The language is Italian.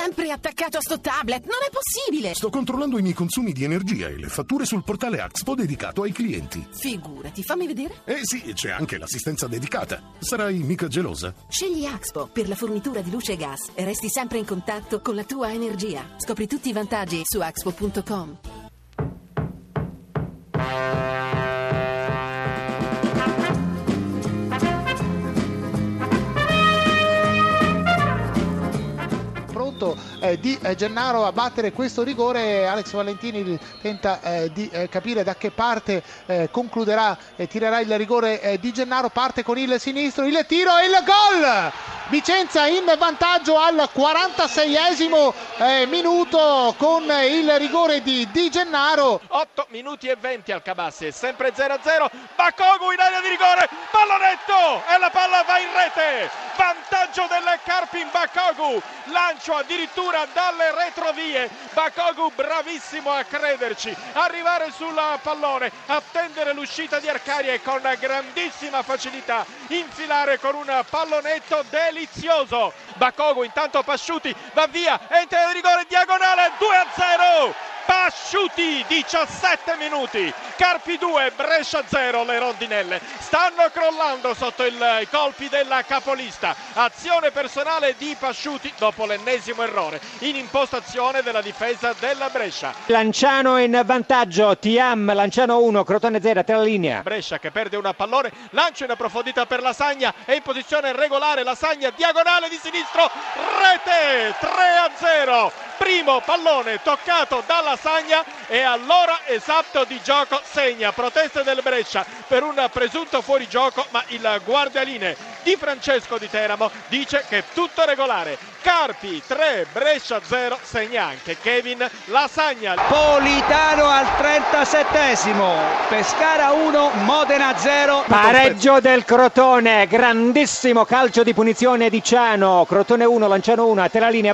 sempre attaccato a sto tablet, non è possibile! Sto controllando i miei consumi di energia e le fatture sul portale Axpo dedicato ai clienti. Figurati, fammi vedere. Sì, c'è anche l'assistenza dedicata. Sarai mica gelosa? Scegli Axpo per la fornitura di luce e gas e resti sempre in contatto con la tua energia. Scopri tutti i vantaggi su axpo.com. Di Gennaro a battere questo rigore. Alex Valentini tenta di capire da che parte concluderà e tirerà il rigore di Gennaro. Parte con il sinistro, il tiro e il gol! Vicenza in vantaggio al 46esimo minuto con il rigore di Di Gennaro. 8 minuti e 20 al Cabassi, sempre 0-0. Bakogu in area di rigore, pallonetto e la palla va in rete. Vantaggio del Karpin Bakogu, lancio addirittura dalle retrovie. Bakogu bravissimo a crederci, arrivare sul pallone, attendere l'uscita di Arcaria e con grandissima facilità infilare con un pallonetto delizioso. Bakogu intanto Pasciuti va via, entra in rigore diagonale, 2-0. Pasciuti, 17 minuti, Carpi 2, Brescia 0, le rondinelle stanno crollando sotto i colpi della capolista. Azione personale di Pasciuti dopo l'ennesimo errore in impostazione della difesa della Brescia. Lanciano in vantaggio, Tiam, Lanciano 1, Crotone 0, tra la linea. Brescia che perde un pallone, lancio in profondità per Lasagna, è in posizione regolare, Lasagna diagonale di sinistro, rete, 3-0. Primo pallone toccato dalla Lasagna e all'ora esatto di gioco segna. Proteste del Brescia per un presunto fuorigioco, ma il guardialine Di Francesco di Teramo dice che è tutto regolare. Carpi 3, Brescia 0, segna anche Kevin Lasagna. Politano al 37esimo, Pescara 1, Modena 0. Pareggio del Crotone, grandissimo calcio di punizione di Ciano. Crotone 1, Lanciano 1, a te la linea.